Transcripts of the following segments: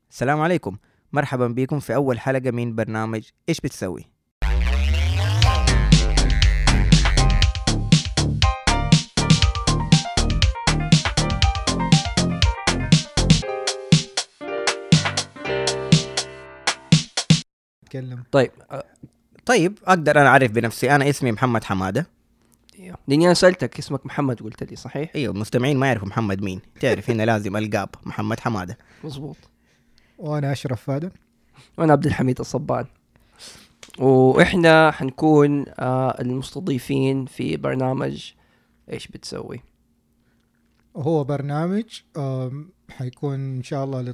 السلام عليكم. مرحبا بكم في أول حلقة من برنامج إيش بتسوي. تكلم. طيب أقدر أنا أعرف بنفسي. أنا اسمي محمد حمادة. لاني انا سألتك اسمك محمد قلت لي صحيح. أيوة، المستمعين ما يعرفوا محمد مين. تعرف هنا لازم ألقاب محمد حمادة. مظبوط. وانا اشرف فادن. وانا عبد الحميد الصبان، واحنا حنكون المستضيفين في برنامج ايش بتسوي. وهو برنامج حيكون ان شاء الله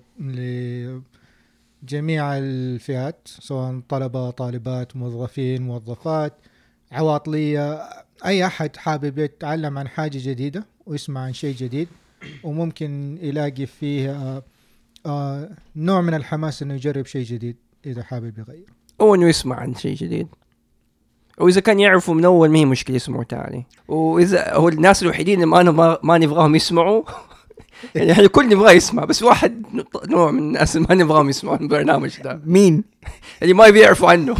لجميع الفئات، سواء طلبة، طالبات، موظفين، موظفات، عواطلية، اي احد حابب يتعلم عن حاجة جديدة ويسمع عن شيء جديد، وممكن يلاقي فيه نوع من الحماس انه يجرب شيء جديد اذا حابب يغير، او انه يسمع عن شيء جديد، واذا كان يعرفوا من اول ما هي مشكله يسمعوا تاني، واذا هو الناس الوحيدين اللي ما نبغاهم يسمعوا يعني احنا كل نبغاه يسمع، بس واحد نوع من الناس ما نبغاهم يسمعوا البرنامج ده. مين؟ اللي ما بيعرفوا عنه.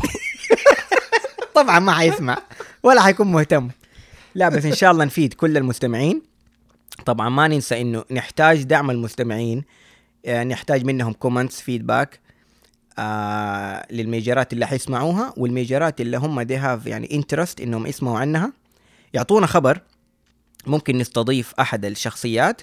طبعا ما حيسمع ولا حيكون مهتم. لا بس إن شاء الله نفيد كل المستمعين. طبعا ما ننسى إنه نحتاج دعم المستمعين، نحتاج منهم كومنتس، فيدباك للميجرات اللي حيسمعوها، والميجرات اللي هم دي هاف يعني انترست إنهم يسمعوا عنها يعطونا خبر. ممكن نستضيف أحد الشخصيات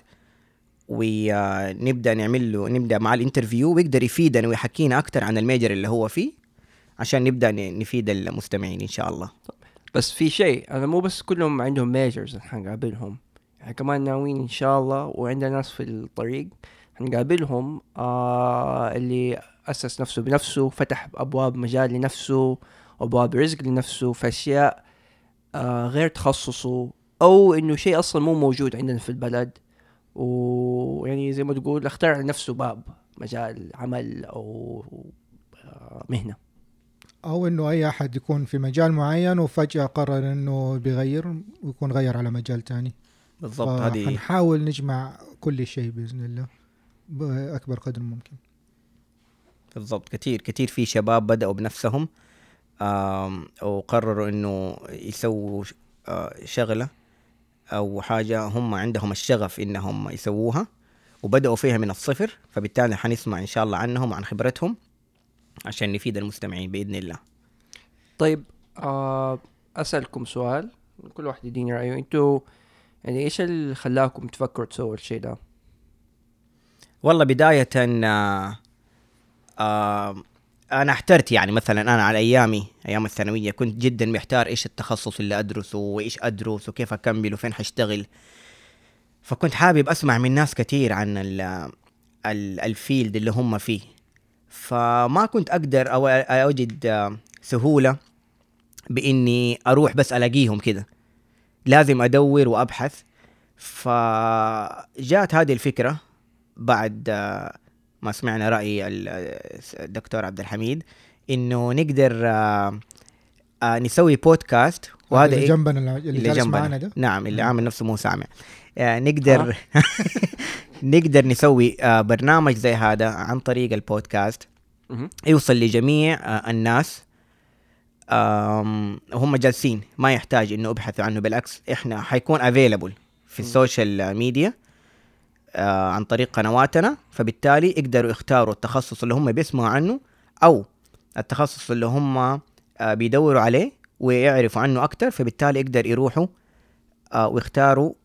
ونبدأ نبدأ مع الانترفيو، ويقدر يفيدنا ويحكينا أكتر عن الميجر اللي هو فيه عشان نبدأ نفيد المستمعين إن شاء الله. بس في شيء، أنا مو بس كلهم عندهم ميجرز حنقابلهم، يعني كمان ناويين إن شاء الله، وعندنا ناس في الطريق حنقابلهم اللي أسس نفسه بنفسه، فتح أبواب مجال لنفسه، أبواب رزق لنفسه في أشياء غير تخصصه، أو إنه شيء أصلا مو موجود عندنا في البلد، ويعني زي ما تقول اخترع لنفسه باب مجال عمل أو مهنة، او انه اي احد يكون في مجال معين وفجأة قرر انه بيغير ويكون غير على مجال تاني. بالضبط. هذه هنحاول نجمع كل شيء بإذن الله بأكبر قدر ممكن. بالضبط. كتير في شباب بدأوا بنفسهم وقرروا انه يسووا شغلة او حاجة هم عندهم الشغف انهم يسووها، وبدأوا فيها من الصفر. فبالتالي حنسمع ان شاء الله عنهم وعن خبرتهم عشان نفيد المستمعين بإذن الله. طيب أسألكم سؤال، كل واحد يديني رأيه. انتوا يعني ايش اللي خلاكم تفكروا تسووا الشيء ده؟ والله بداية أنا احترت، يعني مثلا أنا على أيام الثانوية كنت جدا محتار إيش التخصص اللي أدرسه وإيش أدرس وكيف أكمل وفين حشتغل. فكنت حابب أسمع من ناس كتير عن الفيلد اللي هم فيه، فما كنت أقدر أو أوجد سهولة بإني أروح بس ألاقيهم كده، لازم أدور وأبحث. فجاءت هذه الفكرة بعد ما سمعنا رأي الدكتور عبد الحميد إنه نقدر نسوي بودكاست. وهذا اللي جنبنا اللي جالس معنا ده. نعم، اللي عامل نفسه مو سامع. نقدر نقدر نسوي برنامج زي هذا عن طريق البودكاست، يوصل لجميع الناس وهم جالسين، ما يحتاج إنه أبحثوا عنه. بالعكس إحنا حيكون available في السوشيال ميديا عن طريق قنواتنا، فبالتالي يقدروا يختاروا التخصص اللي هم بيسمعوا عنه أو التخصص اللي هم بيدوروا عليه ويعرفوا عنه أكتر، فبالتالي يقدر يروحوا ويختاروا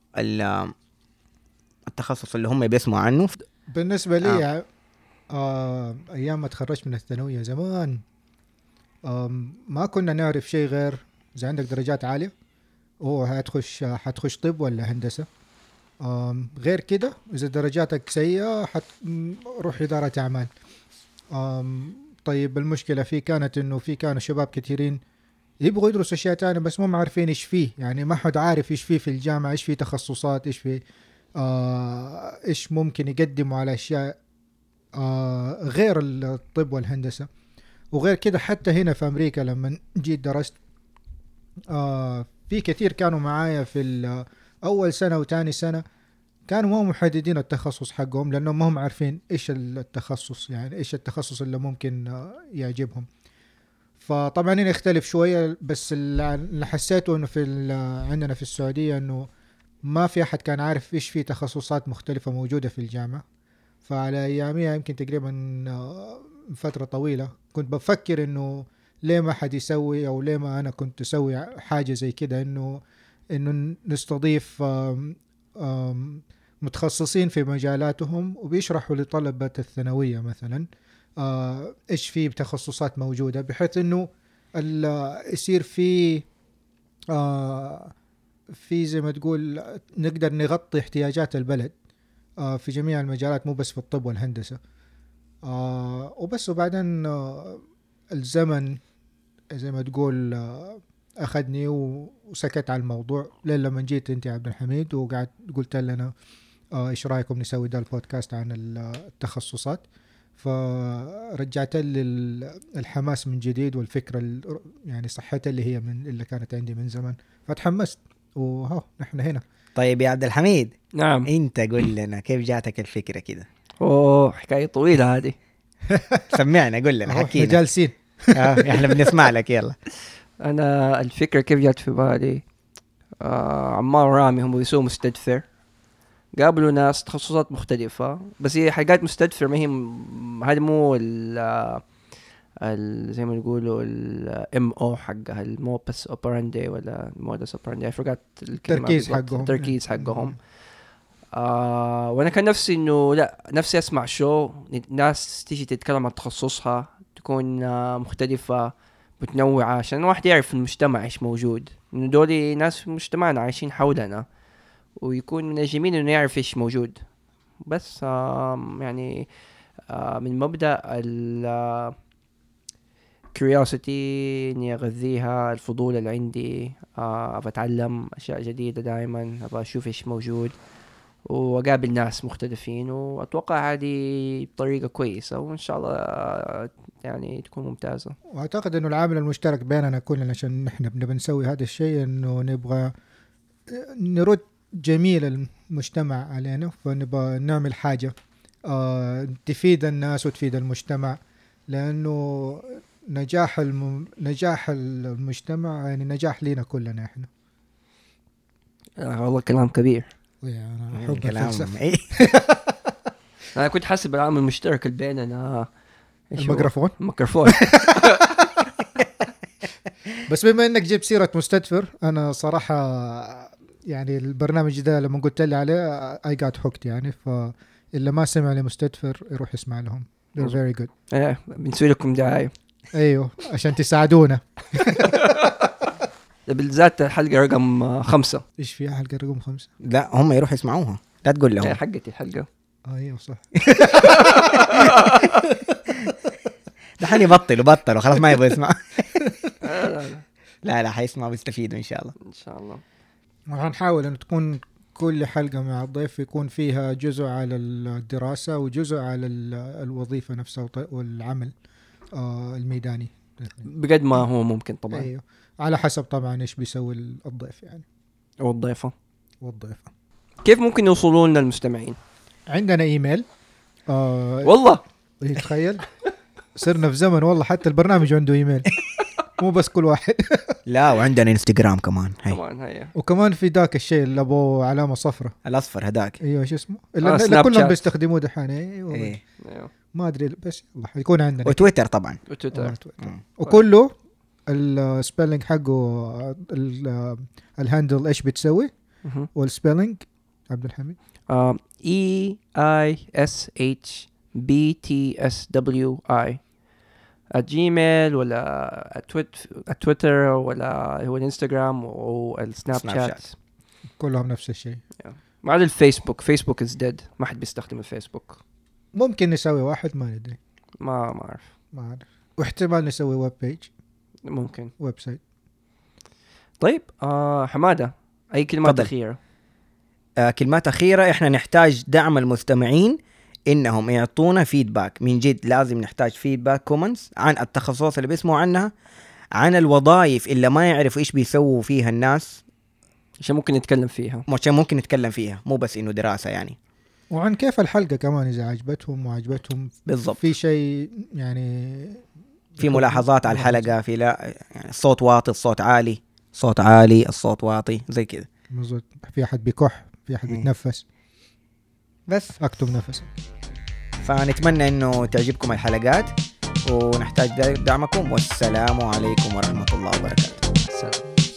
التخصص اللي هم بيسمعوا عنه. بالنسبة لي أيام ما تخرجت من الثانوية زمان ما كنا نعرف شيء غير إذا عندك درجات عالية حتخش طب ولا هندسة. غير كده إذا درجاتك سيئة روح إدارة أعمال. طيب المشكلة كانت إنه كانوا شباب كثيرين يبغوا يدرسوا أشياء تانية بس مو عارفين إيش فيه، يعني ما حد عارف إيش فيه في الجامعة، إيش فيه تخصصات، إيش فيه إيش ممكن يقدموا على أشياء غير الطب والهندسة. وغير كده حتى هنا في أمريكا لما جيت درست في كثير كانوا معايا في أول سنة وتاني سنة كانوا ما محددين التخصص حقهم لأنهم ما هم عارفين إيش التخصص، يعني إيش التخصص اللي ممكن يعجبهم. فطبعا هنا يختلف شوية، بس اللي حسيته إنه عندنا في السعودية إنه ما في أحد كان عارف إيش في تخصصات مختلفة موجودة في الجامعة. فعلى أياميها يمكن تقريبا فترة طويلة كنت بفكر إنه ليه ما حد يسوي، أو ليه ما أنا كنت أسوي حاجة زي كده، إنه نستضيف متخصصين في مجالاتهم وبيشرحوا لطلبة الثانوية مثلا إيش في تخصصات موجودة، بحيث إنه يصير في زي ما تقول نقدر نغطي احتياجات البلد في جميع المجالات، مو بس في الطب والهندسة وبس. وبعدين الزمن زي ما تقول أخذني وسكت على الموضوع، لين لما جيت أنت يا عبد الحميد وقعدت قلت لنا إيش رأيكم نسوي ده البودكاست عن التخصصات، فرجعت لي الحماس من جديد، والفكرة يعني صحتها اللي هي من اللي كانت عندي من زمان، فتحمست وها نحن هنا. طيب يا عبد الحميد، نعم. انت قول لنا كيف جاتك الفكرة كده؟ حكاية طويلة هذه. سمعنا، قول لنا، حكينا. جالسين احنا بنسمع لك، يلا. أنا الفكرة كيف جات في بالي، عمار رامي هم بيسووا مستدفر، قابلوا ناس تخصصات مختلفة، بس هي حلقات مستدفر ما هي هذا مو زي ما يقولوا MO حقها، الموبس اوبراندي ولا مودس اوبراندي، فرقات التركيز حقهم، التركيز حقهم. وانا كان نفسي انه لا، نفسي اسمع شو ناس تيجي تتكلم عن تخصصها، تكون مختلفة متنوعة، عشان الواحد يعرف في المجتمع ايش موجود، انه دولي ناس في مجتمعنا عايشين حولنا، ويكون من الجميل انه يعرف ايش موجود. بس يعني من مبدأ curiosity اني اغذيها، الفضول اللي عندي، بتعلم اشياء جديدة دائما، ابغى اشوف ايش موجود واقابل ناس مختلفين، واتوقع هذه طريقة كويسة، وان شاء الله يعني تكون ممتازة. واعتقد انه العامل المشترك بيننا كلنا عشان نحن بنسوي هذا الشيء انه نبغى نرد جميل المجتمع علينا، فنبغى نعمل حاجة تفيد الناس وتفيد المجتمع، لأنه نجاح المجتمع يعني نجاح لينا كلنا احنا. والله كلام كبير. أنا أحب الفلسفة. أنا كنت حاسب العامل المشترك اللي بيننا الميكروفون. بس بما انك جبت سيرة مستدفر، انا صراحة يعني البرنامج ده لما قلت لي عليه I got hooked يعني، فإلا ما سمع لمستدفر يروح يسمع لهم. they're very good. بنسوي لكم دعاية. ايوه عشان تساعدونا. بالذات الحلقة رقم 5. ايش في حلقة رقم 5؟ لا هم يروحوا يسمعوها، لا تقول لهم. حقتي الحلقة. ايوه صح. دحين بطلوا خلاص ما يبغوا يسمع. لا حيسمعوا ويستفيدوا ان شاء الله. ان شاء الله. وهنحاول ان تكون كل حلقة مع الضيف يكون فيها جزء على الدراسة وجزء على الوظيفة نفسها والعمل الميداني بقد ما هو ممكن طبعا. أيوه. على حسب طبعا ايش بيسوي الضيف يعني والضيفة. كيف ممكن يوصلون لنا المستمعين؟ عندنا ايميل والله تخيل صرنا في زمن والله حتى البرنامج عنده ايميل. مو بس كل واحد. لا وعندنا انستغرام كمان. هي. وكمان في ذاك الشيء اللي ابو علامه صفراء الاصفر هذاك. ايوه شو اسمه اللي كلهم بيستخدموه دحين. ايوه ما ادري بس الله يكون عندنا. وتويتر طبعا. وكله السبيلنج حقه الهاندل ايش بتسوي والسبيلنج عبد الحميد EISHBTSWI جيميل ولا تويتر ولا هو الانستغرام والسناب شات كلهم نفس الشيء. ما عدا فيسبوك is dead، ما حد بيستخدم الفيسبوك. ممكن نسوي واحد ما ندري ما أعرف واحتمال نسوي ويب بيج ممكن ويب سايت. طيب حمادة أي كلمات أخيرة؟ كلمات أخيرة، إحنا نحتاج دعم المستمعين إنهم يعطونا فيدباك، من جد لازم نحتاج فيدباك كومنتس عن التخصصات اللي بيسمعوا عنها، عن الوظائف اللي ما يعرفوا إيش بيسووا فيها الناس، عشان ممكن نتكلم فيها. عشان ممكن نتكلم فيها، مو بس انه دراسة يعني. وعن كيف الحلقة كمان إذا عجبتهم بالضبط. في شيء يعني في ملاحظات على الحلقة، في لا يعني الصوت واطي، الصوت عالي، صوت عالي، الصوت واطي، زي كذا. مزبوط. في أحد بيكح، في أحد بيتنفس، بس أكتم نفسك. فنتمنى انه تعجبكم الحلقات، ونحتاج دعمكم. والسلام عليكم ورحمة الله وبركاته. السلام.